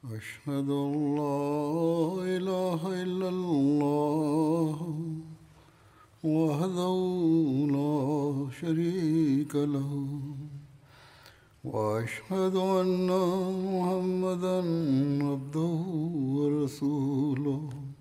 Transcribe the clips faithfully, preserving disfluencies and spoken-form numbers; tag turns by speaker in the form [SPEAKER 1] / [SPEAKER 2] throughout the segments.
[SPEAKER 1] أشهد أن لا إله إلا الله وحده لا شريك له وأشهد أن محمدا عبده ورسوله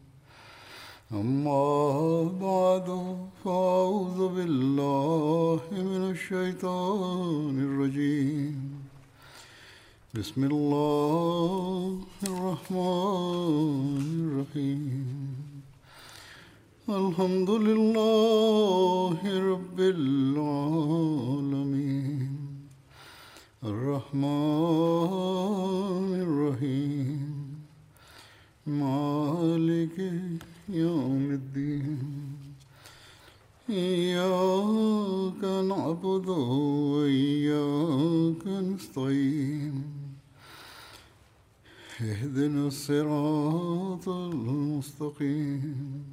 [SPEAKER 1] أما بعد فأعوذ بالله من الشيطان الرجيم بسم الله الرحمن الرحيم الحمد لله رب العالمين الرحمن الرحيم مالك يوم الدين إياك نعبد وإياك نستعين اهدنا الصراط المستقيم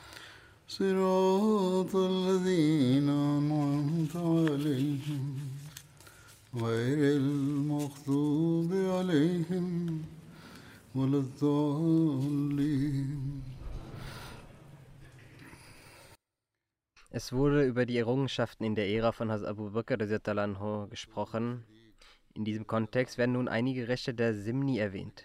[SPEAKER 1] صراط الذين أنعمت عليهم غير المغضوب عليهم ولا الضالين.
[SPEAKER 2] Es wurde über die Errungenschaften in der Ära von Hazrat Abu Bakr radiallahu anhu gesprochen. In diesem Kontext werden nun einige Rechte der Simni erwähnt.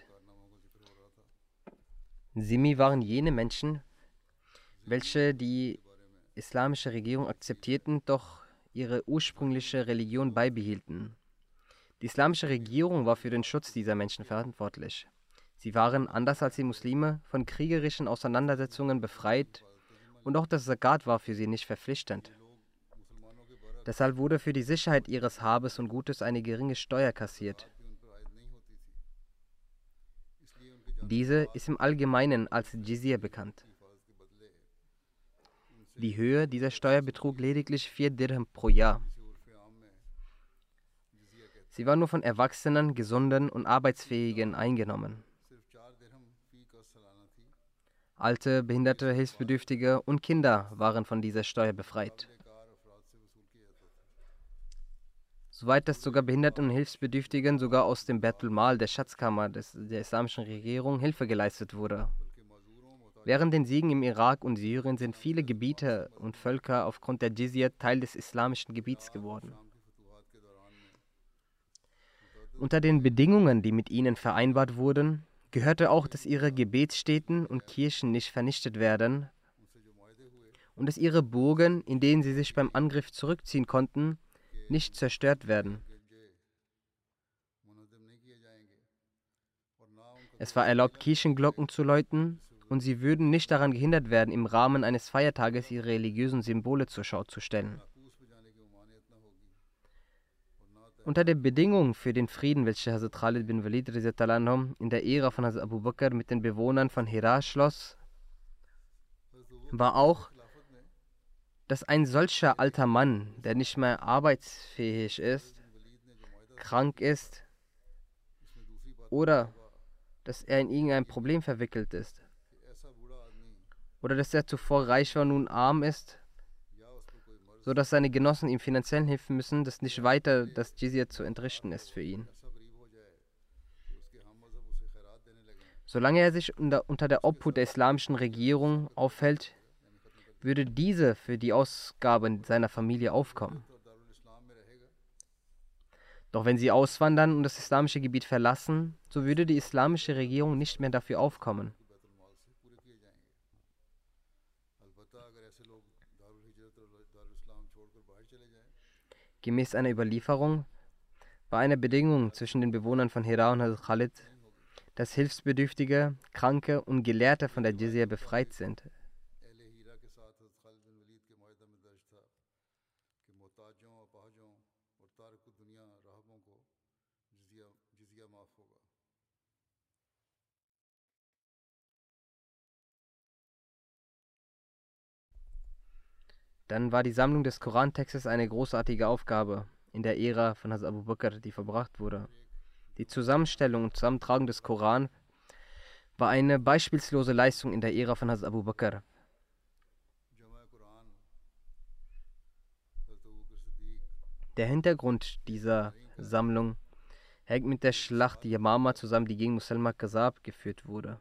[SPEAKER 2] Simmi waren jene Menschen, welche die islamische Regierung akzeptierten, doch ihre ursprüngliche Religion beibehielten. Die islamische Regierung war für den Schutz dieser Menschen verantwortlich. Sie waren, anders als die Muslime, von kriegerischen Auseinandersetzungen befreit und auch das Zakat war für sie nicht verpflichtend. Deshalb wurde für die Sicherheit ihres Habes und Gutes eine geringe Steuer kassiert. Diese ist im Allgemeinen als Jizya bekannt. Die Höhe dieser Steuer betrug lediglich vier Dirham pro Jahr. Sie war nur von Erwachsenen, Gesunden und Arbeitsfähigen eingenommen. Alte, Behinderte, Hilfsbedürftige und Kinder waren von dieser Steuer befreit. Soweit dass sogar Behinderten und Hilfsbedürftigen sogar aus dem Baitul Mal, der Schatzkammer des, der islamischen Regierung, Hilfe geleistet wurde. Während den Siegen im Irak und Syrien sind viele Gebiete und Völker aufgrund der Jizya Teil des islamischen Gebiets geworden. Unter den Bedingungen, die mit ihnen vereinbart wurden, gehörte auch, dass ihre Gebetsstätten und Kirchen nicht vernichtet werden und dass ihre Burgen, in denen sie sich beim Angriff zurückziehen konnten, nicht zerstört werden. Es war erlaubt, Kirchenglocken zu läuten, und sie würden nicht daran gehindert werden, im Rahmen eines Feiertages ihre religiösen Symbole zur Schau zu stellen. Unter der Bedingung für den Frieden, welche Hazrat Khalid bin Walid radiallahu anhu in der Ära von Hazrat Abu Bakr mit den Bewohnern von Hira schloss, war auch, dass ein solcher alter Mann, der nicht mehr arbeitsfähig ist, krank ist oder dass er in irgendein Problem verwickelt ist oder dass er zuvor reich war und nun arm ist, sodass seine Genossen ihm finanziell helfen müssen, dass nicht weiter das Jizya zu entrichten ist für ihn. Solange er sich unter, unter der Obhut der islamischen Regierung aufhält, würde diese für die Ausgaben seiner Familie aufkommen. Doch wenn sie auswandern und das islamische Gebiet verlassen, so würde die islamische Regierung nicht mehr dafür aufkommen. Gemäß einer Überlieferung war eine Bedingung zwischen den Bewohnern von Hira und Hazrat Khalid, dass Hilfsbedürftige, Kranke und Gelehrte von der Jizya befreit sind. Dann war die Sammlung des Korantextes eine großartige Aufgabe in der Ära von Hazrat Abu Bakr, die verbracht wurde. Die Zusammenstellung und Zusammentragung des Koran war eine beispiellose Leistung in der Ära von Hazrat Abu Bakr. Der Hintergrund dieser Sammlung hängt mit der Schlacht Yamama zusammen, die gegen Musalma Kazab geführt wurde.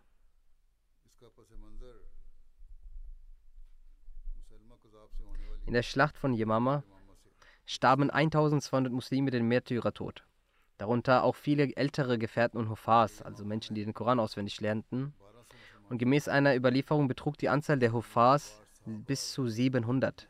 [SPEAKER 2] In der Schlacht von Yamama starben eintausendzweihundert Muslime den Märtyrertod. Darunter auch viele ältere Gefährten und Hufas, also Menschen, die den Koran auswendig lernten. Und gemäß einer Überlieferung betrug die Anzahl der Hufas bis zu siebenhundert.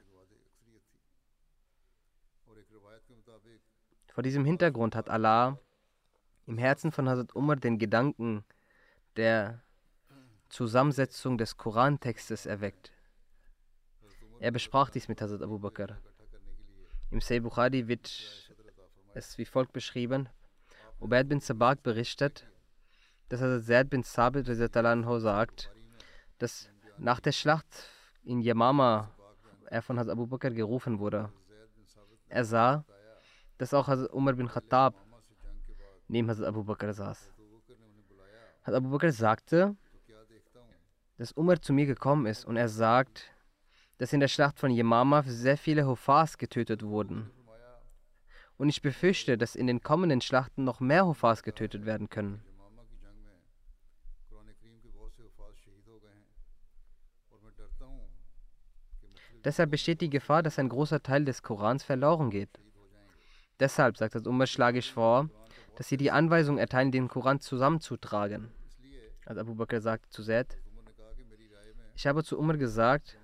[SPEAKER 2] Vor diesem Hintergrund hat Allah im Herzen von Hazrat Umar den Gedanken der Zusammensetzung des Korantextes erweckt. Er besprach dies mit Hazrat Abu Bakr. Im Sahih Bukhari wird es wie folgt beschrieben: Ubayd bin Sabak berichtet, dass Hazrat Zaid bin Sabit sagt, dass nach der Schlacht in Yamama er von Hazrat Abu Bakr gerufen wurde. Er sah, dass auch Hazrat Umar bin Khattab neben Hazrat Abu Bakr saß. Hazrat Abu Bakr sagte, dass Umar zu mir gekommen ist und er sagt, dass in der Schlacht von Yamama sehr viele Hufas getötet wurden. Und ich befürchte, dass in den kommenden Schlachten noch mehr Hufas getötet werden können. Deshalb besteht die Gefahr, dass ein großer Teil des Korans verloren geht. Deshalb, sagt das Umar, schlage ich vor, dass sie die Anweisung erteilen, den Koran zusammenzutragen. Also Abu Bakr sagte zu Zaid, ich habe zu Umar gesagt,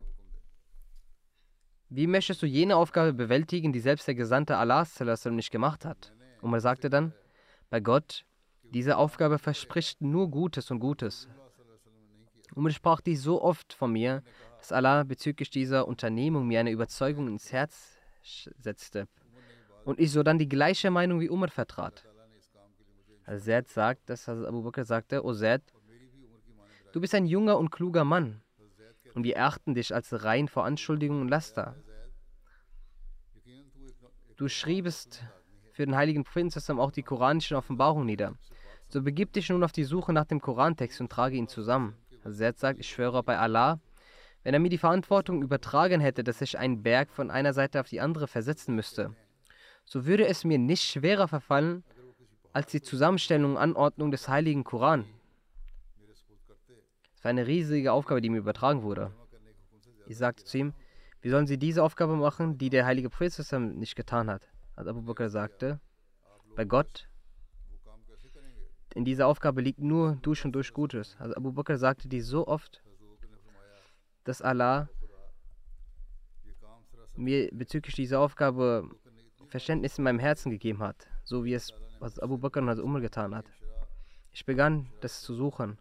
[SPEAKER 2] wie möchtest du jene Aufgabe bewältigen, die selbst der Gesandte Allahs nicht gemacht hat? Umar sagte dann, bei Gott, diese Aufgabe verspricht nur Gutes und Gutes. Umar sprach dies so oft von mir, dass Allah bezüglich dieser Unternehmung mir eine Überzeugung ins Herz setzte und ich so dann die gleiche Meinung wie Umar vertrat. Also Zaid sagt, dass Abu Bakr sagte, O Zaid, du bist ein junger und kluger Mann und wir achten dich als rein vor Anschuldigungen und Laster. Du schriebst für den heiligen Propheten auch die koranischen Offenbarungen nieder. So begib dich nun auf die Suche nach dem Korantext und trage ihn zusammen. Also Zaid sagt, ich schwöre bei Allah, wenn er mir die Verantwortung übertragen hätte, dass ich einen Berg von einer Seite auf die andere versetzen müsste, so würde es mir nicht schwerer verfallen, als die Zusammenstellung und Anordnung des heiligen Koran. Es war eine riesige Aufgabe, die mir übertragen wurde. Ich sagte zu ihm, wie sollen Sie diese Aufgabe machen, die der heilige Prophet nicht getan hat? Also Abu Bakr sagte, bei Gott, in dieser Aufgabe liegt nur durch und durch Gutes. Also Abu Bakr sagte dies so oft, dass Allah mir bezüglich dieser Aufgabe Verständnis in meinem Herzen gegeben hat, so wie es was Abu Bakr und Umar getan hat. Ich begann, das zu suchen.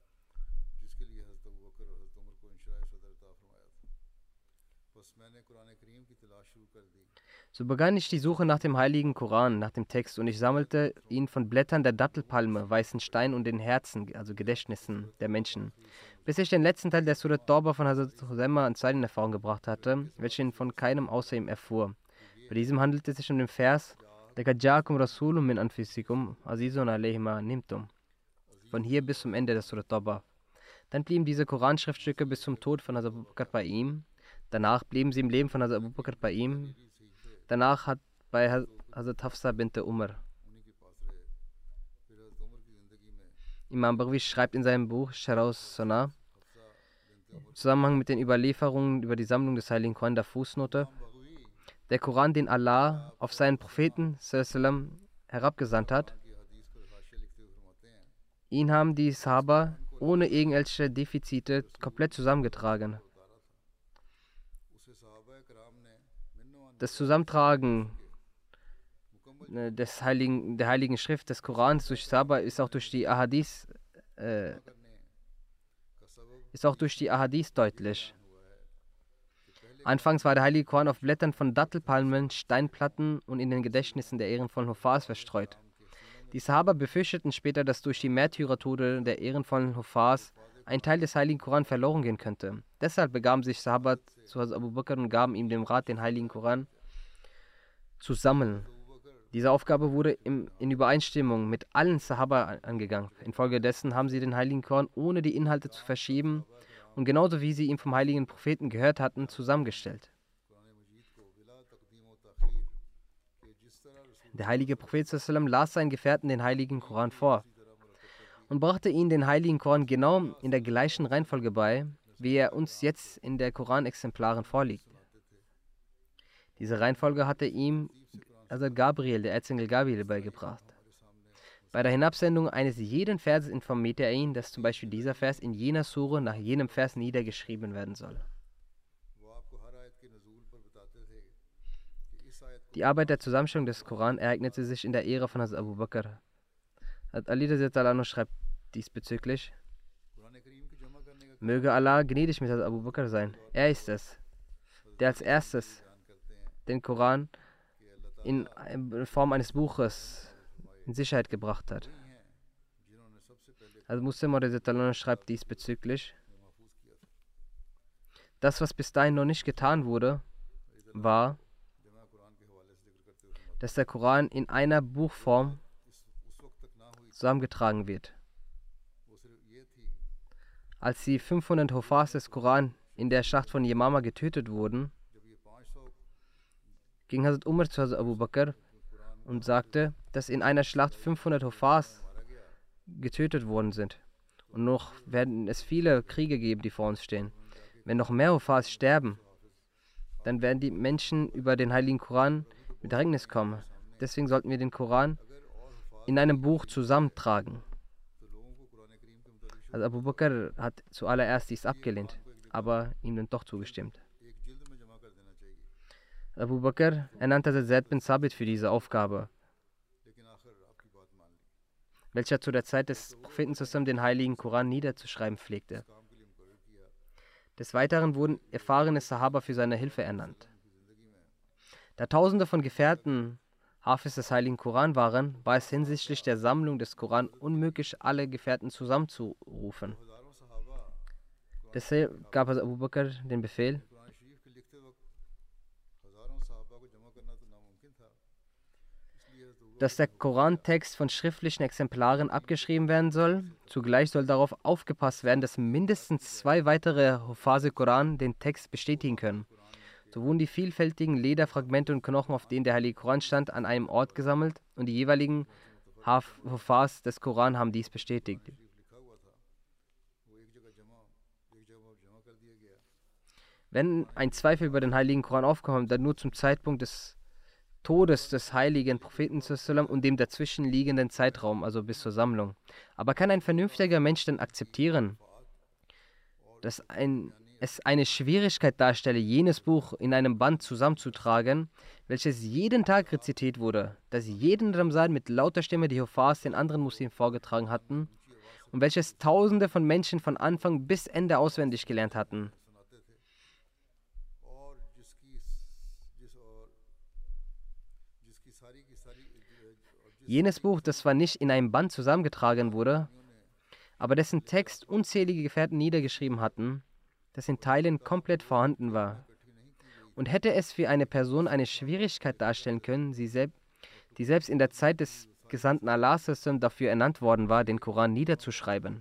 [SPEAKER 2] So begann ich die Suche nach dem heiligen Koran, nach dem Text, und ich sammelte ihn von Blättern der Dattelpalme, weißen Stein und den Herzen, also Gedächtnissen der Menschen, bis ich den letzten Teil der Surat Tauba von Hazrat Huzaima an Zeit in Erfahrung gebracht hatte, welchen von keinem außer ihm erfuhr. Bei diesem handelt es sich um den Vers لَقَدْ جَاءَكُمْ رَسُولٌ مِّنْ أَنفُسِكُمْ عَزِيزٌ عَلَيْهِ مَا عَنِّتُمْ. Von hier bis zum Ende der Surat Tauba. Dann blieben diese Koranschriftstücke bis zum Tod von Hazrat Abu Bakr bei ihm. Danach blieben sie im Leben von Hazrat Abu Bakr bei ihm. Danach hat bei Hazrat Hafsa bint Umar. Imam Baghawi schreibt in seinem Buch Sharaus Sunnah im Zusammenhang mit den Überlieferungen über die Sammlung des Heiligen Koran der Fußnote: Der Koran, den Allah auf seinen Propheten sallam, herabgesandt hat, ihn haben die Sahaba ohne irgendwelche Defizite komplett zusammengetragen. Das Zusammentragen des Heiligen, der Heiligen Schrift des Korans durch Sahaba ist auch durch die Ahadith äh, ist auch durch die Ahadith deutlich. Anfangs war der Heilige Koran auf Blättern von Dattelpalmen, Steinplatten und in den Gedächtnissen der ehrenvollen Hufas verstreut. Die Sahaba befürchteten später, dass durch die Märtyrertode der ehrenvollen Hufas ein Teil des Heiligen Koran verloren gehen könnte. Deshalb begaben sich Sahaba zu Abu Bakr und gaben ihm den Rat, den Heiligen Koran zu sammeln. Diese Aufgabe wurde im, in Übereinstimmung mit allen Sahaba angegangen. Infolgedessen haben sie den Heiligen Koran, ohne die Inhalte zu verschieben und genauso wie sie ihn vom heiligen Propheten gehört hatten, zusammengestellt. Der heilige Prophet sallam las seinen Gefährten den heiligen Koran vor und brachte ihnen den heiligen Koran genau in der gleichen Reihenfolge bei, wie er uns jetzt in der Koranexemplaren vorliegt. Diese Reihenfolge hatte ihm also Gabriel, der Erzengel Gabriel, beigebracht. Bei der Hinabsendung eines jeden Verses informierte er ihn, dass zum Beispiel dieser Vers in jener Sure nach jenem Vers niedergeschrieben werden soll. Die Arbeit der Zusammenstellung des Koran ereignete sich in der Ära von Hazrat Abu Bakr. Hazrat Ali radhiyallahu anhu schreibt diesbezüglich: Möge Allah gnädig mit Hazrat Abu Bakr sein. Er ist es, der als erstes den Koran in Form eines Buches in Sicherheit gebracht hat. Also Muslim radhiyallahu anhu schreibt diesbezüglich: Das, was bis dahin noch nicht getan wurde, war, dass der Koran in einer Buchform zusammengetragen wird. Als die fünfhundert Hufas des Koran in der Schlacht von Yamama getötet wurden, ging Hazrat Umar zu Hazrat Abu Bakr und sagte, dass in einer Schlacht fünfhundert Hufas getötet worden sind. Und noch werden es viele Kriege geben, die vor uns stehen. Wenn noch mehr Hufas sterben, dann werden die Menschen über den heiligen Koran mit Bedrängnis kommen. Deswegen sollten wir den Koran in einem Buch zusammentragen. Also Abu Bakr hat zuallererst dies abgelehnt, aber ihm dann doch zugestimmt. Abu Bakr ernannte Zaid bin Sabit für diese Aufgabe, welcher zu der Zeit des Propheten zusammen den heiligen Koran niederzuschreiben pflegte. Des Weiteren wurden erfahrene Sahaba für seine Hilfe ernannt. Da Tausende von Gefährten Hafiz des heiligen Koran waren, war es hinsichtlich der Sammlung des Koran unmöglich, alle Gefährten zusammenzurufen. Deshalb gab es Abu Bakr den Befehl, dass der Korantext von schriftlichen Exemplaren abgeschrieben werden soll. Zugleich soll darauf aufgepasst werden, dass mindestens zwei weitere Hufase Koran den Text bestätigen können. So wurden die vielfältigen Lederfragmente und Knochen, auf denen der heilige Koran stand, an einem Ort gesammelt und die jeweiligen Hufas des Koran haben dies bestätigt. Wenn ein Zweifel über den heiligen Koran aufkommt, dann nur zum Zeitpunkt des Todes des heiligen Propheten und dem dazwischen liegenden Zeitraum, also bis zur Sammlung. Aber kann ein vernünftiger Mensch denn akzeptieren, dass ein, es eine Schwierigkeit darstelle, jenes Buch in einem Band zusammenzutragen, welches jeden Tag rezitiert wurde, das jeden Ramsan mit lauter Stimme die Hufas den anderen Muslimen vorgetragen hatten und welches Tausende von Menschen von Anfang bis Ende auswendig gelernt hatten? Jenes Buch, das zwar nicht in einem Band zusammengetragen wurde, aber dessen Text unzählige Gefährten niedergeschrieben hatten, das in Teilen komplett vorhanden war. Und hätte es für eine Person eine Schwierigkeit darstellen können, sie selb die selbst in der Zeit des Gesandten Allah dafür ernannt worden war, den Koran niederzuschreiben.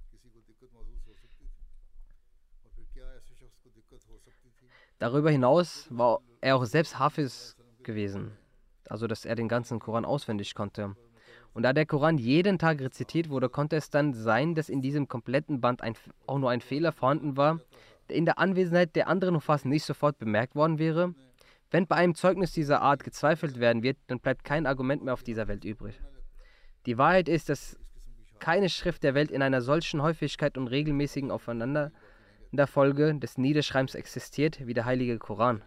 [SPEAKER 2] Darüber hinaus war er auch selbst Hafiz gewesen, also dass er den ganzen Koran auswendig konnte. Und da der Koran jeden Tag rezitiert wurde, konnte es dann sein, dass in diesem kompletten Band ein, auch nur ein Fehler vorhanden war, der in der Anwesenheit der anderen Hufas nicht sofort bemerkt worden wäre. Wenn bei einem Zeugnis dieser Art gezweifelt werden wird, dann bleibt kein Argument mehr auf dieser Welt übrig. Die Wahrheit ist, dass keine Schrift der Welt in einer solchen Häufigkeit und regelmäßigen Aufeinanderfolge des Niederschreibens existiert wie der heilige Koran.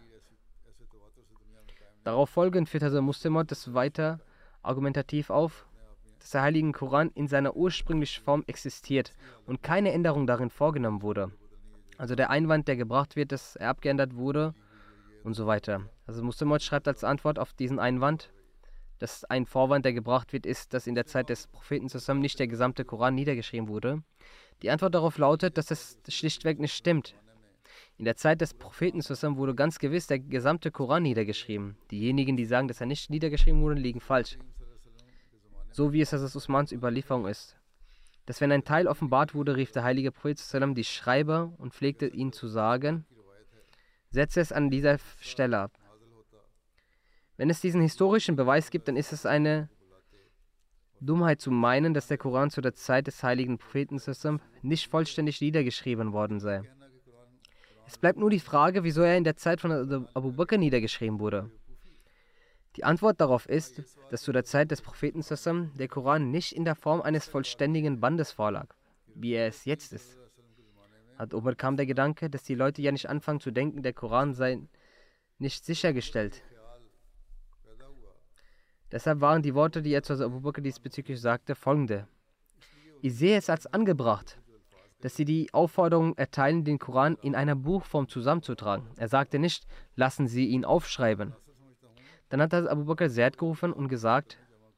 [SPEAKER 2] Darauf folgend führt Hazrat Muslim das weiter argumentativ auf, dass der heilige Koran in seiner ursprünglichen Form existiert und keine Änderung darin vorgenommen wurde. Also der Einwand, der gebracht wird, dass er abgeändert wurde und so weiter. Also Muslim schreibt als Antwort auf diesen Einwand, dass ein Vorwand, der gebracht wird, ist, dass in der Zeit des Propheten zusammen nicht der gesamte Koran niedergeschrieben wurde. Die Antwort darauf lautet, dass es schlichtweg nicht stimmt. In der Zeit des Propheten zusammen wurde ganz gewiss der gesamte Koran niedergeschrieben. Diejenigen, die sagen, dass er nicht niedergeschrieben wurde, liegen falsch. So wie es aus Usmans Überlieferung ist. Dass wenn ein Teil offenbart wurde, rief der heilige Prophet zusammen die Schreiber und pflegte ihnen zu sagen, setze es an dieser Stelle ab. Wenn es diesen historischen Beweis gibt, dann ist es eine Dummheit zu meinen, dass der Koran zu der Zeit des heiligen Propheten nicht vollständig niedergeschrieben worden sei. Es bleibt nur die Frage, wieso er in der Zeit von Abu Bakr niedergeschrieben wurde. Die Antwort darauf ist, dass zu der Zeit des Propheten der Koran nicht in der Form eines vollständigen Bandes vorlag, wie er es jetzt ist. Hat Umar kam der Gedanke, dass die Leute ja nicht anfangen zu denken, der Koran sei nicht sichergestellt. Deshalb waren die Worte, die er zu Abu Bakr diesbezüglich sagte, folgende: Ich sehe es als angebracht, dass sie die Aufforderung erteilen, den Koran in einer Buchform zusammenzutragen. Er sagte nicht, lassen Sie ihn aufschreiben. Dann hat Abu Bakr Zaid gerufen und gesagt,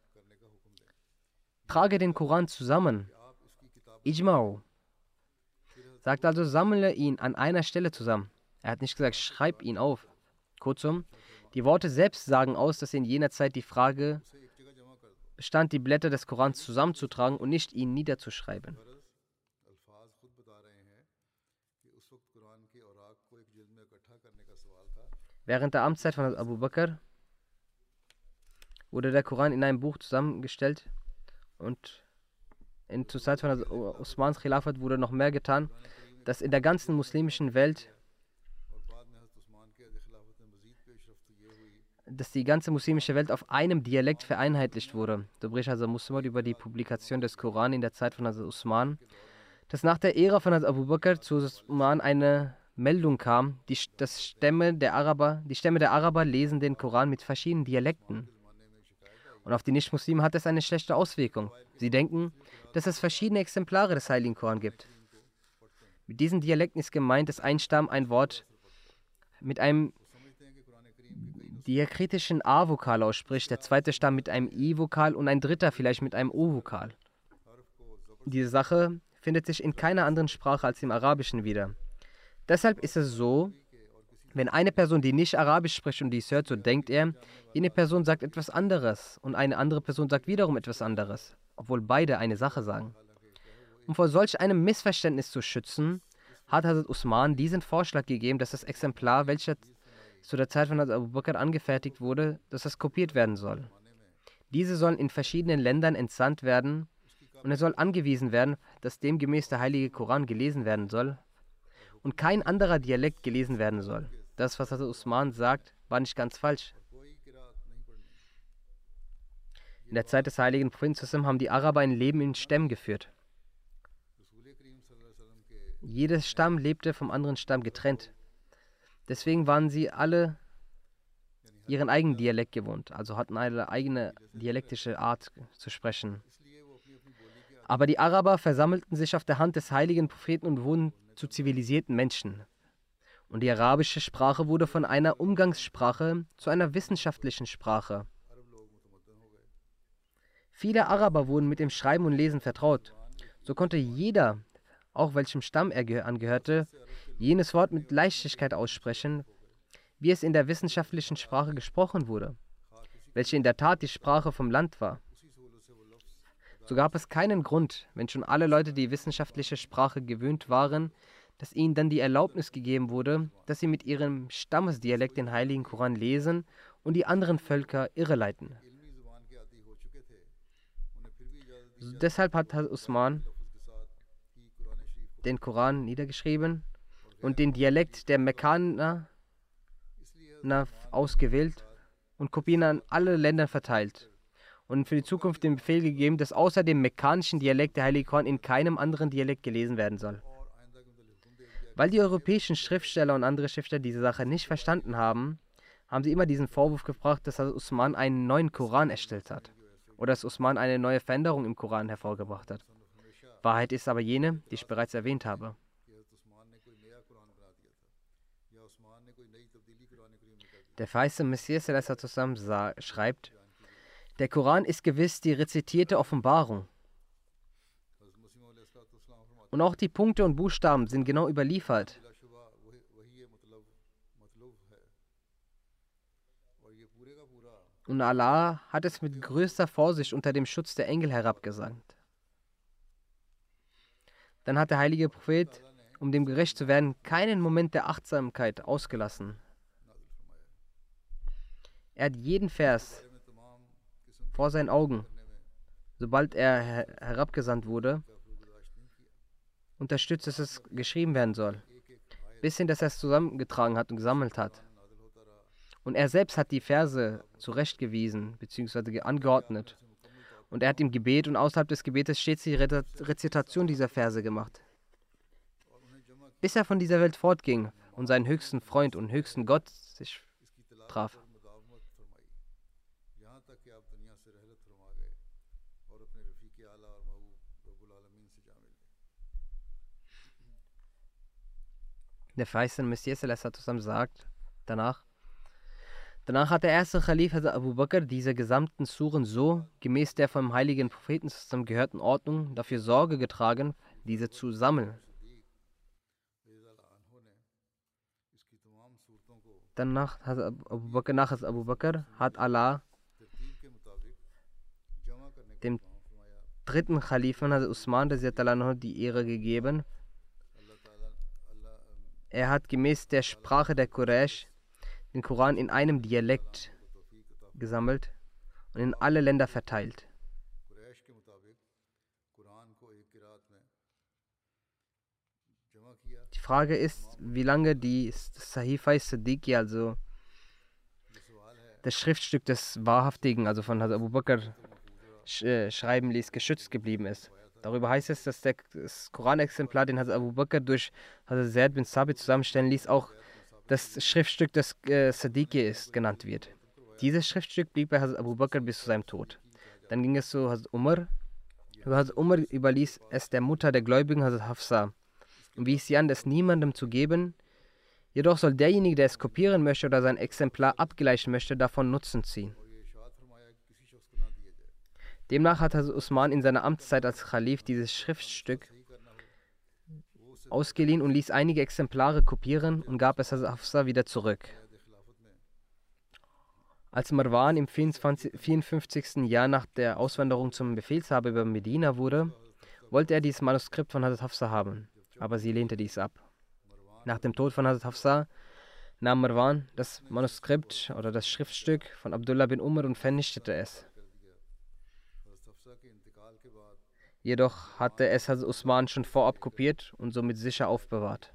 [SPEAKER 2] trage den Koran zusammen. Ijma'u. Sagt also, sammle ihn an einer Stelle zusammen. Er hat nicht gesagt, schreib ihn auf. Kurzum, die Worte selbst sagen aus, dass in jener Zeit die Frage bestand, die Blätter des Korans zusammenzutragen und nicht ihn niederzuschreiben. Während der Amtszeit von Abu Bakr wurde der Koran in einem Buch zusammengestellt und in zur Zeit von Osmans Khilafat wurde noch mehr getan, dass in der ganzen muslimischen Welt dass die ganze muslimische Welt auf einem Dialekt vereinheitlicht wurde. So berichtet also Muslim über die Publikation des Koran in der Zeit von Osman, dass nach der Ära von Abu Bakr zu Osman eine Meldung kam, die, dass Stämme der Araber, die Stämme der Araber lesen den Koran mit verschiedenen Dialekten. Und auf die Nichtmuslime hat es eine schlechte Auswirkung. Sie denken, dass es verschiedene Exemplare des Heiligen Koran gibt. Mit diesen Dialekten ist gemeint, dass ein Stamm ein Wort mit einem diakritischen A-Vokal ausspricht, der zweite Stamm mit einem I-Vokal und ein dritter vielleicht mit einem O-Vokal. Diese Sache findet sich in keiner anderen Sprache als im Arabischen wieder. Deshalb ist es so, wenn eine Person, die nicht Arabisch spricht und dies hört, so denkt er, jene Person sagt etwas anderes und eine andere Person sagt wiederum etwas anderes, obwohl beide eine Sache sagen. Um vor solch einem Missverständnis zu schützen, hat Hazrat Usman diesen Vorschlag gegeben, dass das Exemplar, welches zu der Zeit von Abu Bakr angefertigt wurde, dass es kopiert werden soll. Diese sollen in verschiedenen Ländern entsandt werden und es soll angewiesen werden, dass demgemäß der Heilige Koran gelesen werden soll und kein anderer Dialekt gelesen werden soll. Das, was Hazrat Usman sagt, war nicht ganz falsch. In der Zeit des heiligen Propheten haben die Araber ein Leben in Stämmen geführt. Jeder Stamm lebte vom anderen Stamm getrennt. Deswegen waren sie alle ihren eigenen Dialekt gewohnt, also hatten eine eigene dialektische Art zu sprechen. Aber die Araber versammelten sich auf der Hand des heiligen Propheten und wurden zu zivilisierten Menschen. Und die arabische Sprache wurde von einer Umgangssprache zu einer wissenschaftlichen Sprache. Viele Araber wurden mit dem Schreiben und Lesen vertraut. So konnte jeder, auch welchem Stamm er angehörte, jenes Wort mit Leichtigkeit aussprechen, wie es in der wissenschaftlichen Sprache gesprochen wurde, welche in der Tat die Sprache vom Land war. So gab es keinen Grund, wenn schon alle Leute die wissenschaftliche Sprache gewöhnt waren, dass ihnen dann die Erlaubnis gegeben wurde, dass sie mit ihrem Stammesdialekt den Heiligen Koran lesen und die anderen Völker irreleiten. Deshalb hat Usman den Koran niedergeschrieben und den Dialekt der Mekkaner ausgewählt und Kopien an alle Länder verteilt und für die Zukunft den Befehl gegeben, dass außer dem mekkanischen Dialekt der Heilige Koran in keinem anderen Dialekt gelesen werden soll. Weil die europäischen Schriftsteller und andere Schriftsteller diese Sache nicht verstanden haben, haben sie immer diesen Vorwurf gebracht, dass Usman einen neuen Koran erstellt hat oder dass Usman eine neue Veränderung im Koran hervorgebracht hat. Wahrheit ist aber jene, die ich bereits erwähnt habe. Der verheißene Messias schreibt, der Koran ist gewiss die rezitierte Offenbarung. Und auch die Punkte und Buchstaben sind genau überliefert. Und Allah hat es mit größter Vorsicht unter dem Schutz der Engel herabgesandt. Dann hat der heilige Prophet, um dem gerecht zu werden, keinen Moment der Achtsamkeit ausgelassen. Er hat jeden Vers vor seinen Augen, sobald er her herabgesandt wurde, unterstützt, dass es geschrieben werden soll. Bis hin, dass er es zusammengetragen hat und gesammelt hat. Und er selbst hat die Verse zurechtgewiesen, bzw. angeordnet. Und er hat im Gebet und außerhalb des Gebetes stets die Re Rezitation dieser Verse gemacht. Bis er von dieser Welt fortging und seinen höchsten Freund und höchsten Gott sich traf. Der verheißene Messias sagt danach, danach hat der erste Khalif Abu Bakr diese gesamten Suren so, gemäß der vom heiligen Propheten zusammen gehörten Ordnung, dafür Sorge getragen, diese zu sammeln. Danach hat Abu Bakr, nach Abu Bakr hat Allah dem dritten Khalifen, also Usman, die Ehre gegeben. Er hat gemäß der Sprache der Quraysh den Koran in einem Dialekt gesammelt und in alle Länder verteilt. Die Frage ist, wie lange die Sahifa Siddiqi, also das Schriftstück des Wahrhaftigen, also von Abu Bakr sch schreiben ließ, geschützt geblieben ist. Darüber heißt es, dass der, das Koranexemplar, den Abu Bakr durch Zaid bin Sabit zusammenstellen ließ, auch das Schriftstück des äh, Siddiqi ist, genannt wird. Dieses Schriftstück blieb bei Abu Bakr bis zu seinem Tod. Dann ging es zu Hazrat Umar. Hazrat Umar überließ es der Mutter der Gläubigen, Hazrat Hafsa, und wies sie an, es niemandem zu geben. Jedoch soll derjenige, der es kopieren möchte oder sein Exemplar abgleichen möchte, davon Nutzen ziehen. Demnach hat Hazrat Usman in seiner Amtszeit als Khalif dieses Schriftstück ausgeliehen und ließ einige Exemplare kopieren und gab es Hazrat Hafsa wieder zurück. Als Marwan im vierundfünfzigsten Jahr nach der Auswanderung zum Befehlshaber über Medina wurde, wollte er dieses Manuskript von Hazrat Hafsa haben, aber sie lehnte dies ab. Nach dem Tod von Hazrat Hafsa nahm Marwan das Manuskript oder das Schriftstück von Abdullah bin Umar und vernichtete es. Jedoch hatte es Hazrat Usman schon vorab kopiert und somit sicher aufbewahrt.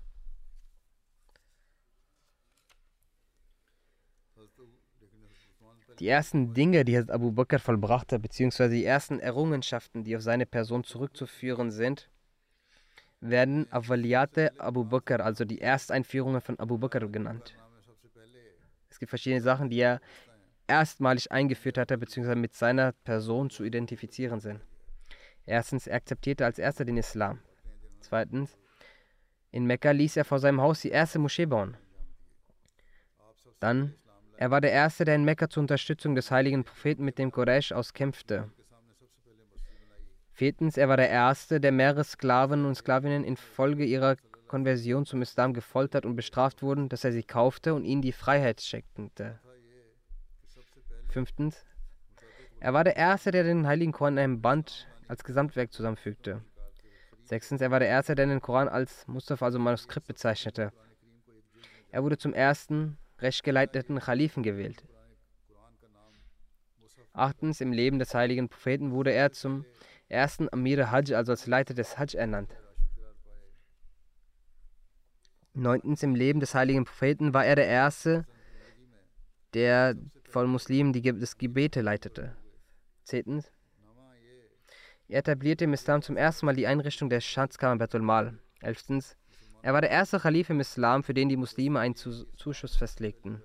[SPEAKER 2] Die ersten Dinge, die Hazrat Abu Bakr vollbrachte, beziehungsweise die ersten Errungenschaften, die auf seine Person zurückzuführen sind, werden Awaliyate Abu Bakr, also die Ersteinführungen von Abu Bakr genannt. Es gibt verschiedene Sachen, die er erstmalig eingeführt hatte, beziehungsweise mit seiner Person zu identifizieren sind. Erstens, er akzeptierte als erster den Islam. Zweitens, in Mekka ließ er vor seinem Haus die erste Moschee bauen. Dann, er war der Erste, der in Mekka zur Unterstützung des heiligen Propheten mit dem Quraysh auskämpfte. Viertens, er war der Erste, der mehrere Sklaven und Sklavinnen infolge ihrer Konversion zum Islam gefoltert und bestraft wurden, dass er sie kaufte und ihnen die Freiheit schenkte. Fünftens, er war der Erste, der den heiligen Koran in einem Band als Gesamtwerk zusammenfügte. Sechstens, er war der Erste, der den Koran als Mustafa, also Manuskript, bezeichnete. Er wurde zum ersten rechtgeleiteten Khalifen gewählt. Achtens, im Leben des heiligen Propheten wurde er zum ersten Amir Hajj, also als Leiter des Hajj, ernannt. Neuntens, im Leben des heiligen Propheten war er der Erste, der von Muslimen die Ge das Gebete leitete. Zehntens, er etablierte im Islam zum ersten Mal die Einrichtung der Schatzkammer Baitul Mal. Elftens, er war der erste Khalif im Islam, für den die Muslime einen Zuschuss festlegten.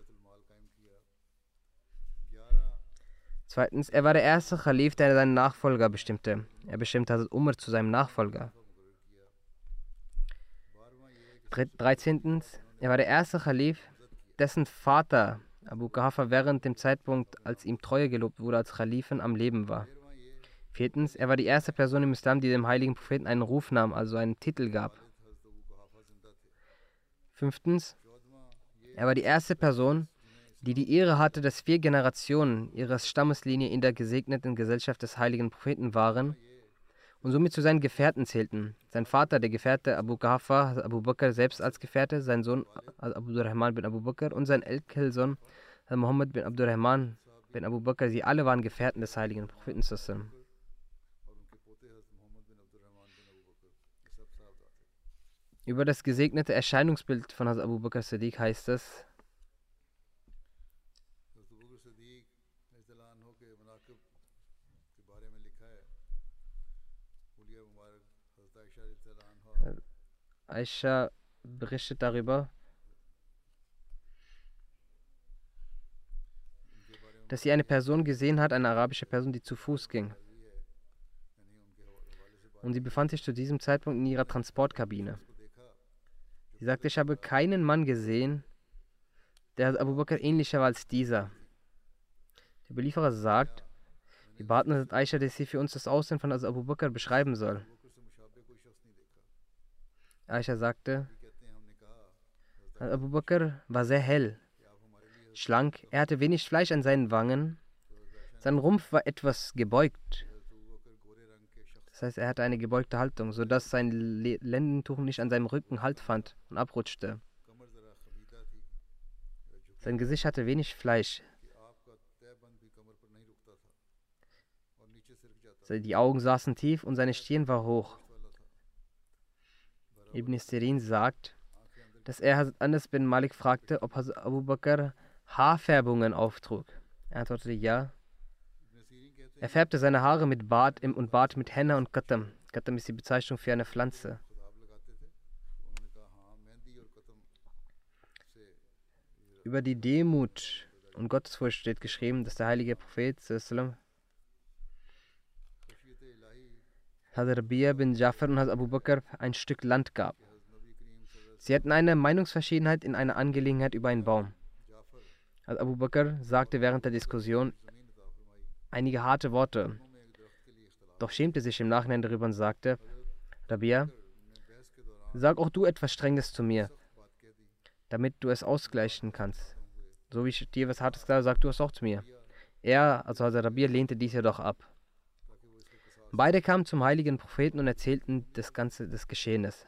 [SPEAKER 2] Zweitens, er war der erste Khalif, der seinen Nachfolger bestimmte. Er bestimmte Hazrat Umar zu seinem Nachfolger. dreizehntens, er war der erste Khalif, dessen Vater Abu Quhafa während dem Zeitpunkt, als ihm Treue gelobt wurde, als Khalifen am Leben war. Viertens, er war die erste Person im Islam, die dem heiligen Propheten einen Rufnamen, also einen Titel gab. Fünftens, er war die erste Person, die die Ehre hatte, dass vier Generationen ihrer Stammeslinie in der gesegneten Gesellschaft des heiligen Propheten waren und somit zu seinen Gefährten zählten. Sein Vater, der Gefährte Abu Quhafa, Abu Bakr selbst als Gefährte, sein Sohn Abu Rahman bin Abu Bakr und sein Enkelsohn Hazrat Muhammad bin Abdurrahman bin Abu Bakr, sie alle waren Gefährten des heiligen Propheten. sallallahu alaihi wasallam. Über das gesegnete Erscheinungsbild von Hazrat Abu Bakr Siddiq heißt es: Aisha berichtet darüber, dass sie eine Person gesehen hat, eine arabische Person, die zu Fuß ging. Und sie befand sich zu diesem Zeitpunkt in ihrer Transportkabine. Sie sagte, ich habe keinen Mann gesehen, der Abu Bakr ähnlicher war als dieser. Der Überlieferer sagt, wir baten Hazrat Aisha, dass sie für uns das Aussehen von Abu Bakr beschreiben soll. Aisha sagte, Abu Bakr war sehr hell, schlank, er hatte wenig Fleisch an seinen Wangen, sein Rumpf war etwas gebeugt. Das heißt, er hatte eine gebeugte Haltung, sodass sein Le- Lendentuch nicht an seinem Rücken Halt fand und abrutschte. Sein Gesicht hatte wenig Fleisch. Die Augen saßen tief und seine Stirn war hoch. Ibn Sirin sagt, dass er Hazrat Anas bin Malik fragte, ob Hazrat Abu Bakr Haarfärbungen auftrug. Er antwortete ja. Er färbte seine Haare mit Bart im- und Bart mit Henna und Qatam. Qatam ist die Bezeichnung für eine Pflanze. Über die Demut und Gottesfurcht steht geschrieben, dass der heilige Prophet sallallahu Hazrat Rabia bin Jafar und Hazrat Abu Bakr ein Stück Land gab. Sie hatten eine Meinungsverschiedenheit in einer Angelegenheit über einen Baum. Hazrat Abu Bakr sagte während der Diskussion einige harte Worte, doch schämte sich im Nachhinein darüber und sagte, Rabia, sag auch du etwas Strenges zu mir, damit du es ausgleichen kannst. So wie ich dir was Hartes sage, sag du es auch zu mir. Er, also Hazrat Rabia, lehnte dies jedoch ab. Beide kamen zum heiligen Propheten und erzählten das Ganze des Geschehens.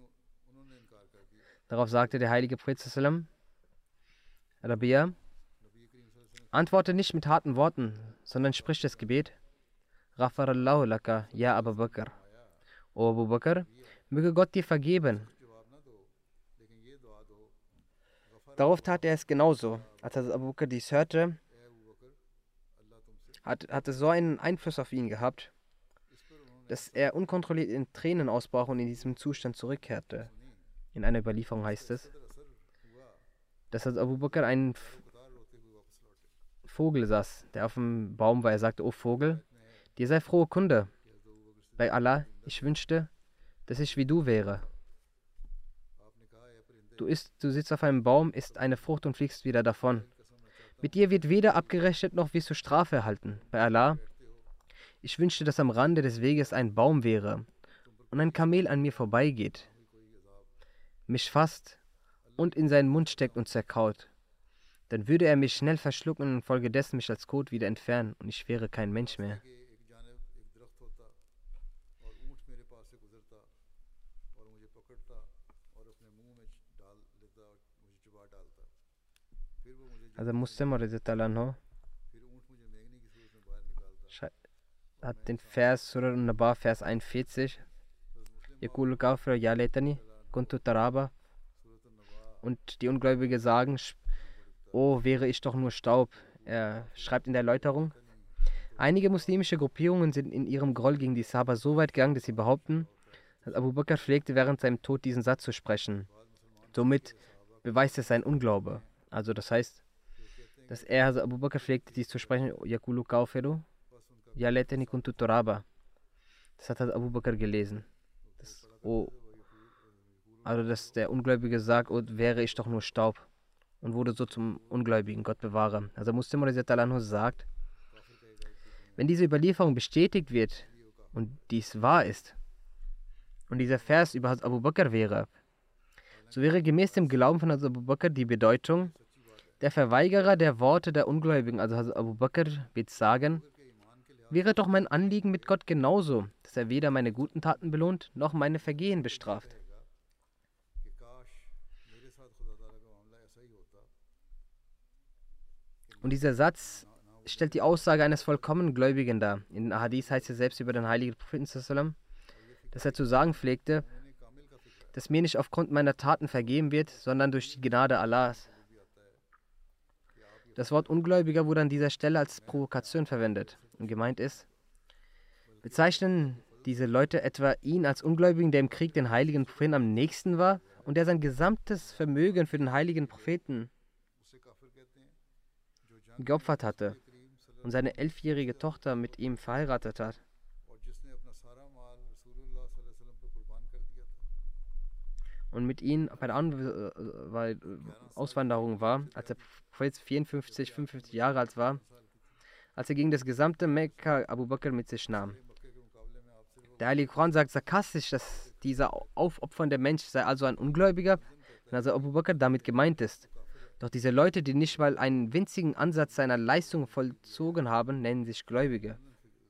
[SPEAKER 2] Darauf sagte der heilige Prophet sallallahu Rabia, antworte nicht mit harten Worten, sondern sprich das Gebet. Ghafarallahu laka, ya Abu Bakr. O Abu Bakr, möge Gott dir vergeben. Darauf tat er es genauso. Als Abu Bakr dies hörte, hat, hat es so einen Einfluss auf ihn gehabt, dass er unkontrolliert in Tränen ausbrach und in diesem Zustand zurückkehrte. In einer Überlieferung heißt es, dass Abu Bakr einen Vogel saß, der auf dem Baum war. Er sagte, O Vogel, dir sei frohe Kunde. Bei Allah, ich wünschte, dass ich wie du wäre. Du, isst, du sitzt auf einem Baum, isst eine Frucht und fliegst wieder davon. Mit dir wird weder abgerechnet, noch wirst du Strafe erhalten. Bei Allah, ich wünschte, dass am Rande des Weges ein Baum wäre und ein Kamel an mir vorbeigeht, mich fasst und in seinen Mund steckt und zerkaut. Dann würde er mich schnell verschlucken und infolgedessen mich als Kot wieder entfernen und ich wäre kein Mensch mehr. Also Muslim anhu hat den Vers Surah An-Naba, Vers einundvierzig. Yaqulu kafir ya laitani kuntu taraba. Und die Ungläubige sagen, oh, wäre ich doch nur Staub. Er schreibt in der Erläuterung, einige muslimische Gruppierungen sind in ihrem Groll gegen die Sahaba so weit gegangen, dass sie behaupten, dass Abu Bakr pflegte während seinem Tod diesen Satz zu sprechen. Somit beweist es sein Unglaube. Also das heißt, dass er, also Abu Bakr pflegte dies zu sprechen, Yaqulu kafir ya laitani kuntu taraba. Das hat Abu Bakr gelesen. Das, oh, also dass der Ungläubige sagt, oh, wäre ich doch nur Staub. Und wurde so zum Ungläubigen, Gott bewahre. Also Muslim anhu sagt, wenn diese Überlieferung bestätigt wird und dies wahr ist und dieser Vers über Abu Bakr wäre, so wäre gemäß dem Glauben von Abu Bakr die Bedeutung, der Verweigerer der Worte der Ungläubigen, also Abu Bakr, wird sagen, wäre doch mein Anliegen mit Gott genauso, dass er weder meine guten Taten belohnt, noch meine Vergehen bestraft. Und dieser Satz stellt die Aussage eines vollkommenen Gläubigen dar. In den Ahadith heißt es selbst über den heiligen Propheten, dass er zu sagen pflegte, dass mir nicht aufgrund meiner Taten vergeben wird, sondern durch die Gnade Allahs. Das Wort Ungläubiger wurde an dieser Stelle als Provokation verwendet. Und gemeint ist, bezeichnen diese Leute etwa ihn als Ungläubigen, der im Krieg den heiligen Propheten am nächsten war und der sein gesamtes Vermögen für den heiligen Propheten geopfert hatte und seine elfjährige Tochter mit ihm verheiratet hat. Und mit ihm bei der An Auswanderung war, als der Prophet vierundfünfzig, fünfundfünfzig Jahre alt war, als er gegen das gesamte Mekka Abu Bakr mit sich nahm. Der Heilige Koran sagt sarkastisch, dass dieser aufopfernde Mensch sei also ein Ungläubiger, und also Abu Bakr damit gemeint ist. Doch diese Leute, die nicht mal einen winzigen Ansatz seiner Leistung vollzogen haben, nennen sich Gläubige.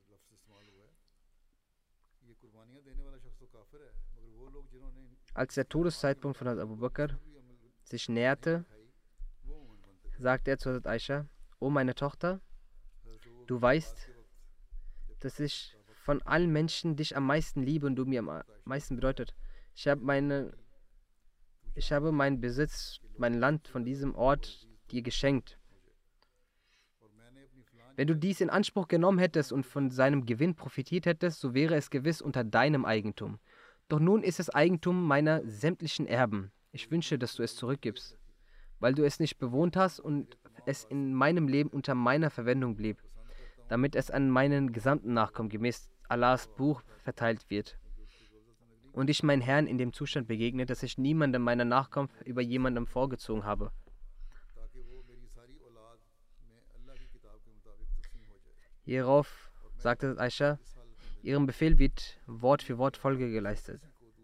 [SPEAKER 2] Als der Todeszeitpunkt von Abu Bakr sich näherte, sagte er zu Hazrat Aisha: O meine Tochter, du weißt, dass ich von allen Menschen dich am meisten liebe und du mir am meisten bedeutet. Ich habe meine, ich habe meinen Besitz, mein Land von diesem Ort dir geschenkt. Wenn du dies in Anspruch genommen hättest und von seinem Gewinn profitiert hättest, so wäre es gewiss unter deinem Eigentum. Doch nun ist es Eigentum meiner sämtlichen Erben. Ich wünsche, dass du es zurückgibst, weil du es nicht bewohnt hast und es in meinem Leben unter meiner Verwendung blieb, damit es an meinen gesamten Nachkommen gemäß Allahs Buch verteilt wird. Und ich meinen Herrn in dem Zustand begegne, dass ich niemandem meiner Nachkommen über jemandem vorgezogen habe. Hierauf sagte Aisha, ihrem Befehl wird Wort für Wort Folge geleistet.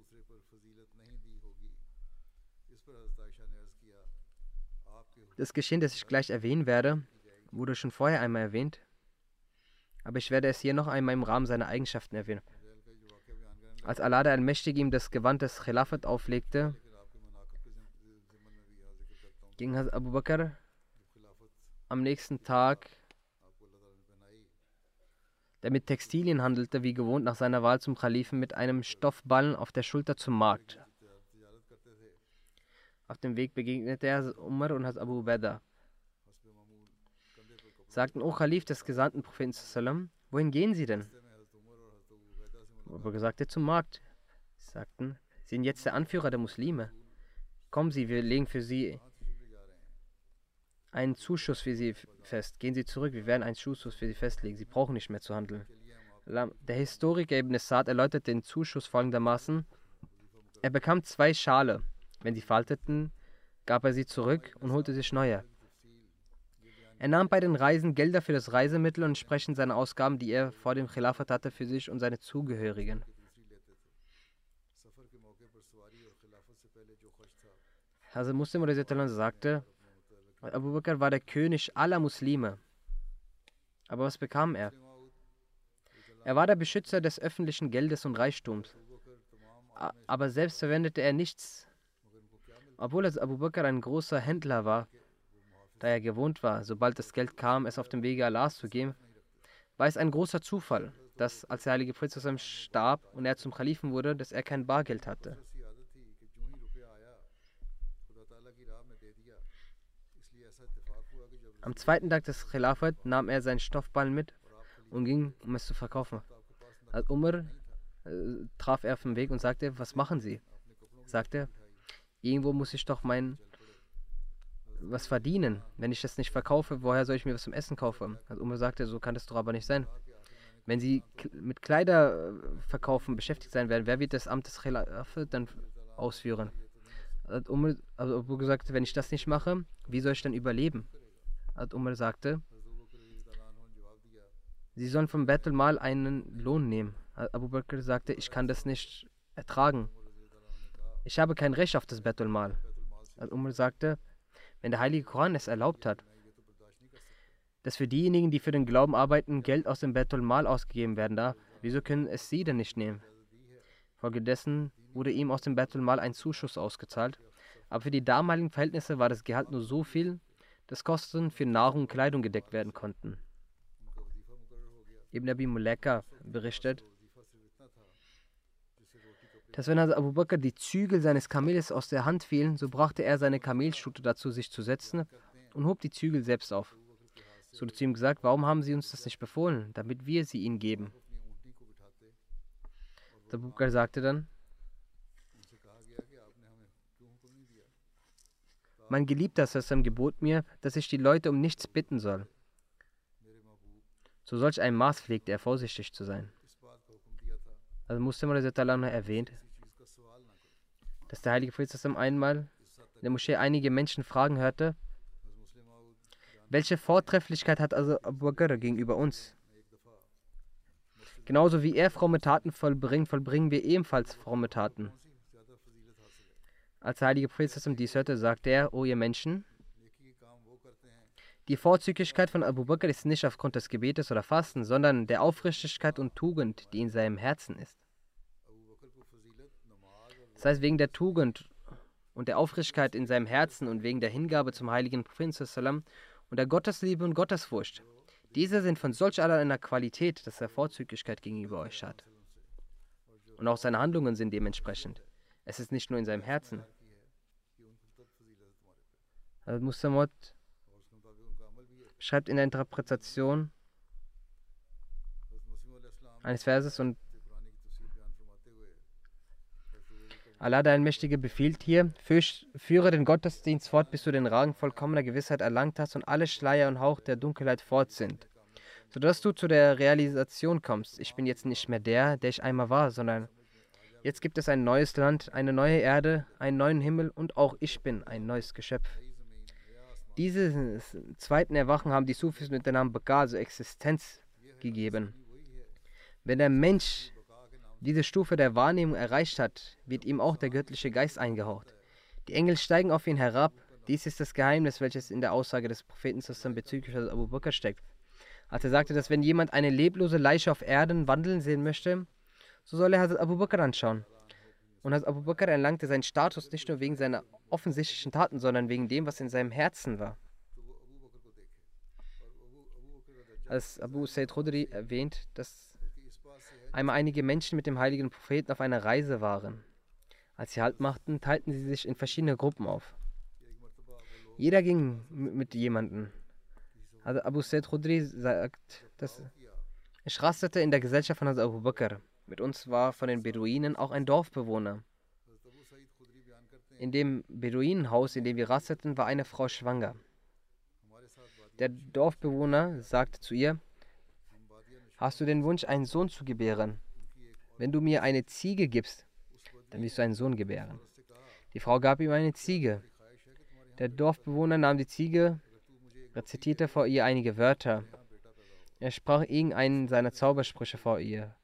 [SPEAKER 2] Das Geschehen, das ich gleich erwähnen werde, wurde schon vorher einmal erwähnt, aber ich werde es hier noch einmal im Rahmen seiner Eigenschaften erwähnen. Als Allah der Allmächtige ihm das Gewand des Khilafat auflegte, ging Abu Bakr am nächsten Tag, der mit Textilien handelte, wie gewohnt nach seiner Wahl zum Kalifen, mit einem Stoffballen auf der Schulter zum Markt. Auf dem Weg begegnete er Umar und Abu Ubaidah. Sagten: O Khalif des gesandten Propheten, wohin gehen Sie denn? Abu Bakr sagte: Zum Markt. Sie sagten: Sie sind jetzt der Anführer der Muslime. Kommen Sie, wir legen für Sie einen Zuschuss für Sie fest. Gehen Sie zurück, wir werden einen Zuschuss für Sie festlegen. Sie brauchen nicht mehr zu handeln. Der Historiker Ibn Sa'd erläutert den Zuschuss folgendermaßen: Er bekam zwei Schale. Wenn sie falteten, gab er sie zurück und holte sich neue. Er nahm bei den Reisen Gelder für das Reisemittel und entsprechend seine Ausgaben, die er vor dem Khilafat hatte, für sich und seine Zugehörigen. Also Muslim sagte, Abu Bakr war der König aller Muslime. Aber was bekam er? Er war der Beschützer des öffentlichen Geldes und Reichtums. Aber selbst verwendete er nichts. Obwohl Abu Bakr ein großer Händler war, da er gewohnt war, sobald das Geld kam, es auf dem Wege Allahs zu geben, war es ein großer Zufall, dass, als der heilige Prophet starb und er zum Kalifen wurde, dass er kein Bargeld hatte. Am zweiten Tag des Khilafat nahm er seinen Stoffballen mit und ging, um es zu verkaufen. Als Umar äh, traf er auf dem Weg und sagte: Was machen Sie? Sagte: Irgendwo muss ich doch mein was verdienen. Wenn ich das nicht verkaufe, woher soll ich mir was zum Essen kaufen? Also Umar sagte: So kann das doch aber nicht sein. Wenn Sie mit Kleiderverkaufen beschäftigt sein werden, wer wird das Amt des Khilafat dann ausführen? Also Umar, also Umar sagte: Wenn ich das nicht mache, wie soll ich dann überleben? Also Umar sagte: Sie sollen vom Baitul Mal einen Lohn nehmen. Abu Bakr sagte: Ich kann das nicht ertragen. Ich habe kein Recht auf das Baitul Mal. Also Umar sagte: Wenn der Heilige Koran es erlaubt hat, dass für diejenigen, die für den Glauben arbeiten, Geld aus dem Baitul Mal ausgegeben werden darf, wieso können es sie denn nicht nehmen? Folgedessen wurde ihm aus dem Baitul Mal ein Zuschuss ausgezahlt, aber für die damaligen Verhältnisse war das Gehalt nur so viel, dass Kosten für Nahrung und Kleidung gedeckt werden konnten. Ibn Abi Mulaika berichtet, dass wenn Hazrat Abu Bakr die Zügel seines Kamels aus der Hand fielen, so brachte er seine Kamelstute dazu, sich zu setzen und hob die Zügel selbst auf. So wurde zu ihm gesagt, warum haben Sie uns das nicht befohlen, damit wir sie ihnen geben? Abu Bakr sagte dann, mein Geliebter Sassam gebot mir, dass ich die Leute um nichts bitten soll. Zu solch einem Maß pflegte er vorsichtig zu sein. Also Muslim erwähnt, dass der heilige Prophet Sassam einmal in der Moschee einige Menschen fragen hörte, welche Vortrefflichkeit hat also Abu Bakr gegenüber uns? Genauso wie er fromme Taten vollbringt, vollbringen wir ebenfalls fromme Taten. Als der heilige Prophet dies hörte, sagte er, o ihr Menschen, die Vorzüglichkeit von Abu Bakr ist nicht aufgrund des Gebetes oder Fasten, sondern der Aufrichtigkeit und Tugend, die in seinem Herzen ist. Das heißt, wegen der Tugend und der Aufrichtigkeit in seinem Herzen und wegen der Hingabe zum heiligen Propheten und der Gottesliebe und Gottesfurcht. Diese sind von solch einer Qualität, dass er Vorzüglichkeit gegenüber euch hat. Und auch seine Handlungen sind dementsprechend. Es ist nicht nur in seinem Herzen. Also Mustamot schreibt in der Interpretation eines Verses und Allah, der Allmächtige, befiehlt hier, führe den Gottesdienst fort, bis du den Rang vollkommener Gewissheit erlangt hast und alle Schleier und Hauch der Dunkelheit fort sind, sodass du zu der Realisation kommst, ich bin jetzt nicht mehr der, der ich einmal war, sondern jetzt gibt es ein neues Land, eine neue Erde, einen neuen Himmel und auch ich bin ein neues Geschöpf. Dieses zweiten Erwachen haben die Sufis mit dem Namen Baka, also Existenz, gegeben. Wenn der Mensch diese Stufe der Wahrnehmung erreicht hat, wird ihm auch der göttliche Geist eingehaucht. Die Engel steigen auf ihn herab. Dies ist das Geheimnis, welches in der Aussage des Propheten bezüglich Abu Bakr steckt. Als er sagte, dass wenn jemand eine leblose Leiche auf Erden wandeln sehen möchte, so soll er Hazrat Abu Bakr anschauen. Und Hazrat Abu Bakr erlangte seinen Status nicht nur wegen seiner offensichtlichen Taten, sondern wegen dem, was in seinem Herzen war. Als Abu Sayyid Khudri erwähnt, dass einmal einige Menschen mit dem heiligen Propheten auf einer Reise waren. Als sie Halt machten, teilten sie sich in verschiedene Gruppen auf. Jeder ging mit jemandem. Also Abu Sayyid Khudri sagt, dass ich rastete in der Gesellschaft von Hazrat Abu Bakr. Mit uns war von den Beduinen auch ein Dorfbewohner. In dem Beduinenhaus, in dem wir rasteten, war eine Frau schwanger. Der Dorfbewohner sagte zu ihr, hast du den Wunsch, einen Sohn zu gebären? Wenn du mir eine Ziege gibst, dann wirst du einen Sohn gebären. Die Frau gab ihm eine Ziege. Der Dorfbewohner nahm die Ziege, rezitierte vor ihr einige Wörter. Er sprach irgendeinen seiner Zaubersprüche vor ihr.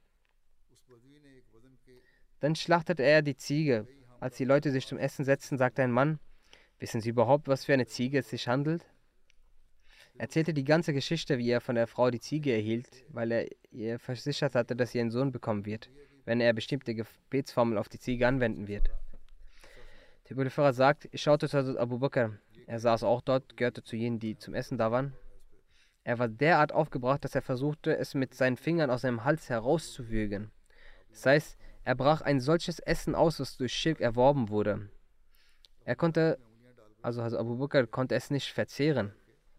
[SPEAKER 2] Dann schlachtete er die Ziege. Als die Leute sich zum Essen setzten, sagte ein Mann, wissen Sie überhaupt, was für eine Ziege es sich handelt? Er erzählte die ganze Geschichte, wie er von der Frau die Ziege erhielt, weil er ihr versichert hatte, dass sie einen Sohn bekommen wird, wenn er bestimmte Gebetsformel auf die Ziege anwenden wird. Der Überlieferer sagt, ich schaute zu Abu Bakr. Er saß auch dort, gehörte zu jenen, die zum Essen da waren. Er war derart aufgebracht, dass er versuchte, es mit seinen Fingern aus seinem Hals herauszuwürgen. Das heißt, er brach ein solches Essen aus, das durch Schirk erworben wurde. Er konnte, also Abu Bakr konnte es nicht verzehren.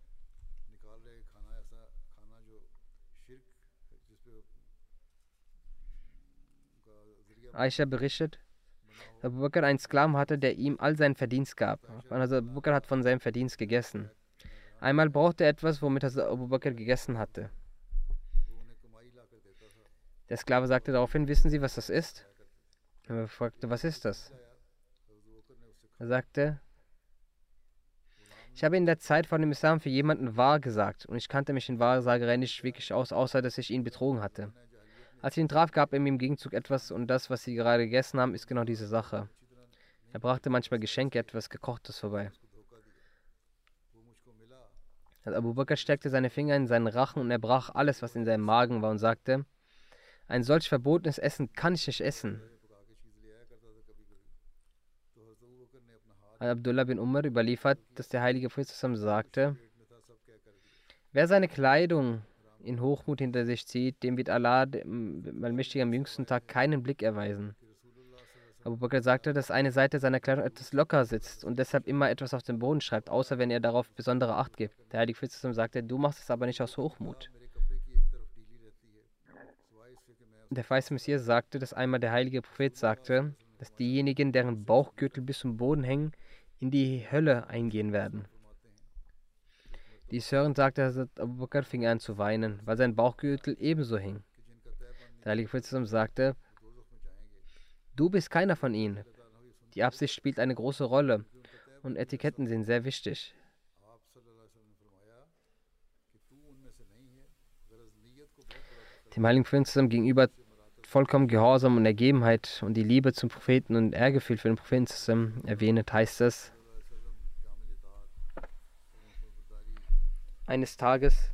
[SPEAKER 2] Aisha berichtet, dass Abu Bakr einen Sklaven hatte, der ihm all seinen Verdienst gab. Also Abu Bakr hat von seinem Verdienst gegessen. Einmal brauchte er etwas, womit Abu Bakr gegessen hatte. Der Sklave sagte daraufhin, wissen Sie, was das ist? Er fragte, was ist das? Er sagte, ich habe in der Zeit vor dem Islam für jemanden wahr gesagt und ich kannte mich in Wahrsagerei nicht wirklich aus, außer dass ich ihn betrogen hatte. Als ich ihn traf, gab er mir im Gegenzug etwas und das, was sie gerade gegessen haben, ist genau diese Sache. Er brachte manchmal Geschenke, etwas Gekochtes vorbei. Also Abu Bakr steckte seine Finger in seinen Rachen und er brach alles, was in seinem Magen war und sagte, ein solch verbotenes Essen kann ich nicht essen. Abdullah bin Umar überliefert, dass der heilige Prophet sagte: Wer seine Kleidung in Hochmut hinter sich zieht, dem wird Allah, dem Allmächtigen, am jüngsten Tag keinen Blick erweisen. Abu Bakr sagte, dass eine Seite seiner Kleidung etwas locker sitzt und deshalb immer etwas auf dem Boden schreibt, außer wenn er darauf besondere Acht gibt. Der heilige Prophet sagte: Du machst es aber nicht aus Hochmut. Der weiße Messias sagte, dass einmal der heilige Prophet sagte, dass diejenigen, deren Bauchgürtel bis zum Boden hängen, in die Hölle eingehen werden. Dies hörend sagte Hazrat Abu Bakr, fing an zu weinen, weil sein Bauchgürtel ebenso hing. Der heilige Prophet sagte: Du bist keiner von ihnen. Die Absicht spielt eine große Rolle und Etiketten sind sehr wichtig. Dem heiligen Prophet gegenüber vollkommen Gehorsam und Ergebenheit und die Liebe zum Propheten und Ehrgefühl für den Propheten erwähnt, heißt es: Eines Tages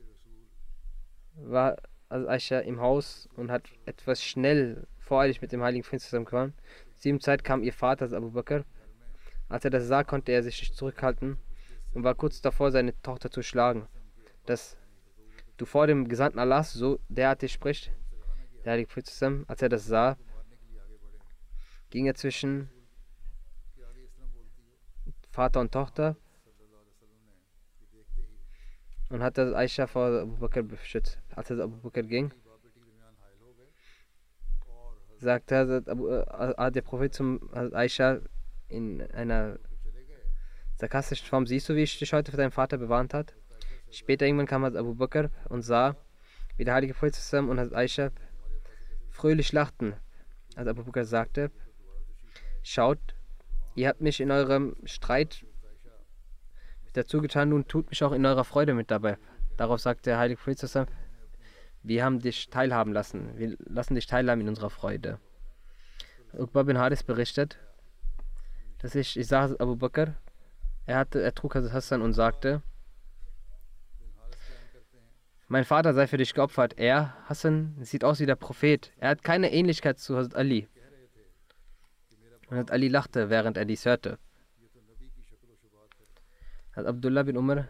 [SPEAKER 2] war Aisha im Haus und hat etwas schnell, voreilig mit dem heiligen Prophet zusammengekommen. Zu dieser Zeit kam ihr Vater, Abu Bakr. Als er das sah, konnte er sich nicht zurückhalten und war kurz davor, seine Tochter zu schlagen. Dass du vor dem Gesandten Allahs so derartig sprichst. Der heilige Prophet, als er das sah, ging er zwischen Vater und Tochter und hat das Aisha vor Abu Bakr beschützt. Als er Abu Bakr ging, sagte Abu, äh, der Prophet zum Aisha in einer sarkastischen Form: Siehst du, wie ich dich heute für deinen Vater bewarnt hat? Später irgendwann kam Abu Bakr und sah, wie der heilige Prophet und Aisha fröhlich lachten. Als Abu Bakr sagte: Schaut, ihr habt mich in eurem Streit dazu getan, nun tut mich auch in eurer Freude mit dabei. Darauf sagte der heilige Prophet: Wir haben dich teilhaben lassen. Wir lassen dich teilhaben in unserer Freude. Uqba bin Hadis berichtet, dass ich, ich sah Abu Bakr, er, hatte, er trug Hazrat Hassan und sagte: Mein Vater sei für dich geopfert. Er, Hassan, sieht aus wie der Prophet. Er hat keine Ähnlichkeit zu Hazrat Ali. Und Hazrat Ali lachte, während er dies hörte. Hat Abdullah bin Umar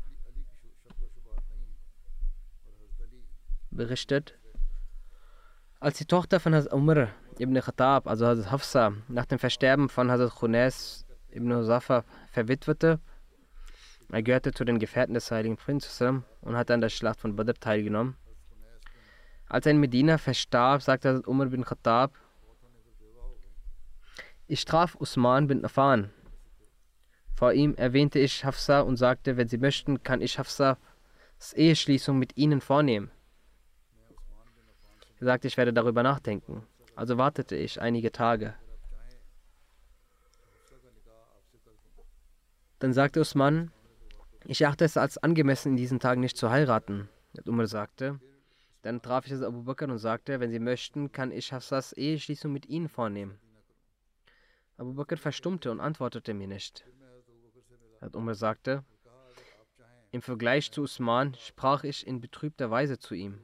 [SPEAKER 2] berichtet, als die Tochter von Hazrat Umar ibn Khattab, also Hazrat Hafsa, nach dem Versterben von Hazrat Khunas ibn Huzafa verwitwete. Er gehörte zu den Gefährten des heiligen Propheten und hat an der Schlacht von Badr teilgenommen. Als er in Medina verstarb, sagte Hazrat Umar bin Khattab: Ich traf Usman bin Affan. Vor ihm erwähnte ich Hafsa und sagte: Wenn Sie möchten, kann ich Hafsas Eheschließung mit Ihnen vornehmen. Er sagte: Ich werde darüber nachdenken. Also wartete ich einige Tage. Dann sagte Usman: Ich achte es als angemessen, in diesen Tagen nicht zu heiraten. Umar sagte: Dann traf ich Abu Bakr und sagte: Wenn Sie möchten, kann ich Hafsas Eheschließung mit Ihnen vornehmen. Abu Bakr verstummte und antwortete mir nicht. Umar sagte: Im Vergleich zu Usman sprach ich in betrübter Weise zu ihm.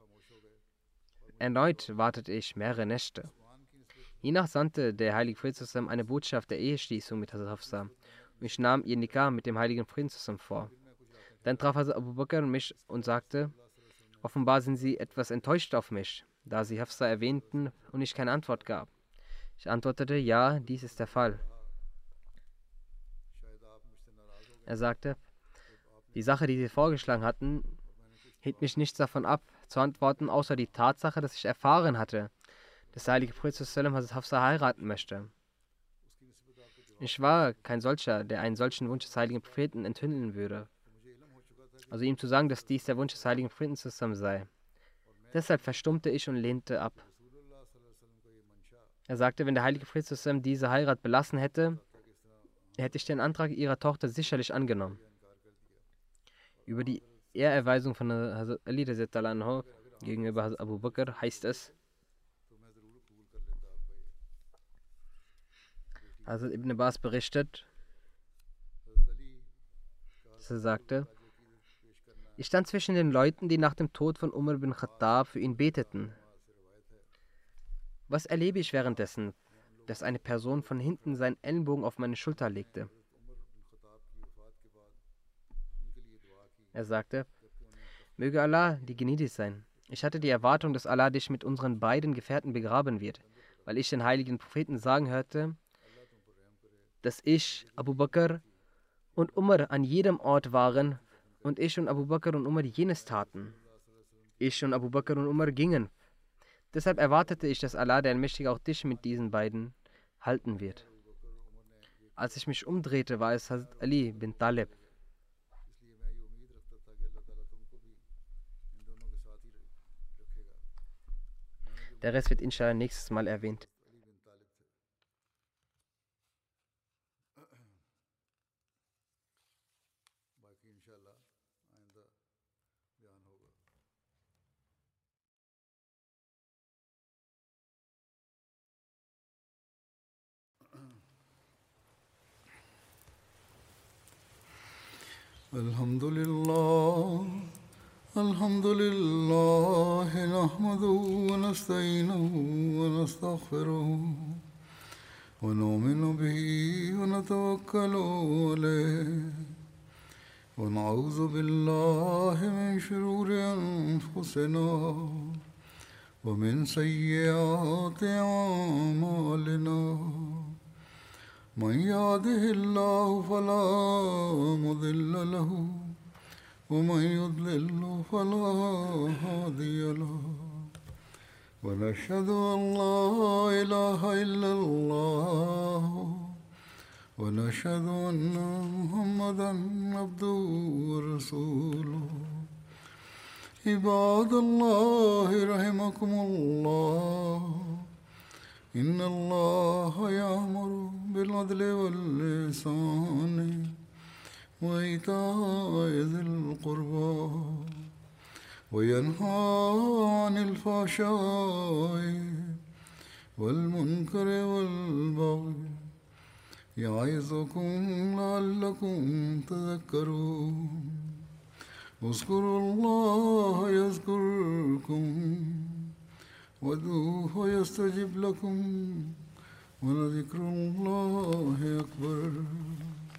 [SPEAKER 2] Erneut wartete ich mehrere Nächte. Hiernach sandte der heilige Prophet eine Botschaft der Eheschließung mit Hazrat Hafsa und ich nahm ihr Nikah mit dem heiligen Prinzen vor. Dann traf Hazrat Abu Bakr mich und sagte: Offenbar sind Sie etwas enttäuscht auf mich, da Sie Hafsa erwähnten und ich keine Antwort gab. Ich antwortete: Ja, dies ist der Fall. Er sagte: Die Sache, die Sie vorgeschlagen hatten, hielt mich nichts davon ab, zu antworten, außer die Tatsache, dass ich erfahren hatte, dass der heilige Prophet Hazrat Hafsa heiraten möchte. Ich war kein solcher, der einen solchen Wunsch des heiligen Propheten enthüllen würde. Also ihm zu sagen, dass dies der Wunsch des heiligen Propheten sei. Deshalb verstummte ich und lehnte ab. Er sagte, wenn der heilige Prophet diese Heirat belassen hätte, hätte ich den Antrag ihrer Tochter sicherlich angenommen. Über die Ehrerweisung von Hazrat Ali gegenüber Hazrat Abu Bakr heißt es: Hazrat Ibn Abbas berichtet, dass er sagte: Ich stand zwischen den Leuten, die nach dem Tod von Umar bin Khattab für ihn beteten. Was erlebe ich währenddessen? dass eine Person von hinten seinen Ellenbogen auf meine Schulter legte. Er sagte, möge Allah dir gnädig sein. Ich hatte die Erwartung, dass Allah dich mit unseren beiden Gefährten begraben wird, weil ich den heiligen Propheten sagen hörte, dass ich, Abu Bakr und Umar an jedem Ort waren und ich und Abu Bakr und Umar jenes taten. Ich und Abu Bakr und Umar gingen. Deshalb erwartete ich, dass Allah, der Allmächtige, auch dich mit diesen beiden halten wird. Als ich mich umdrehte, war es Hazrat Ali bin Talib. Der Rest wird inshallah nächstes Mal erwähnt.
[SPEAKER 1] الحمد لله الحمد لله نحمده ونستعينه ونستغفره ونؤمن به ونتوكل عليه ونعوذ بالله من شرور أنفسنا ومن سيئات أعمالنا من يهده الله فلا مضل له ومن يضلل فلا هادي له ونشهد أن لا إله إلا الله ونشهد أن محمدا عبده ورسوله عباد الله رحمكم الله إن الله يأمر بالعدل والإحسان وإيتاء ذي القربى وينهى عن الفحشاء والمنكر والبغي يعظكم لعلكم تذكرون اذكروا الله يذكركم وادعوه يستجب لكم ولذكر الله أكبر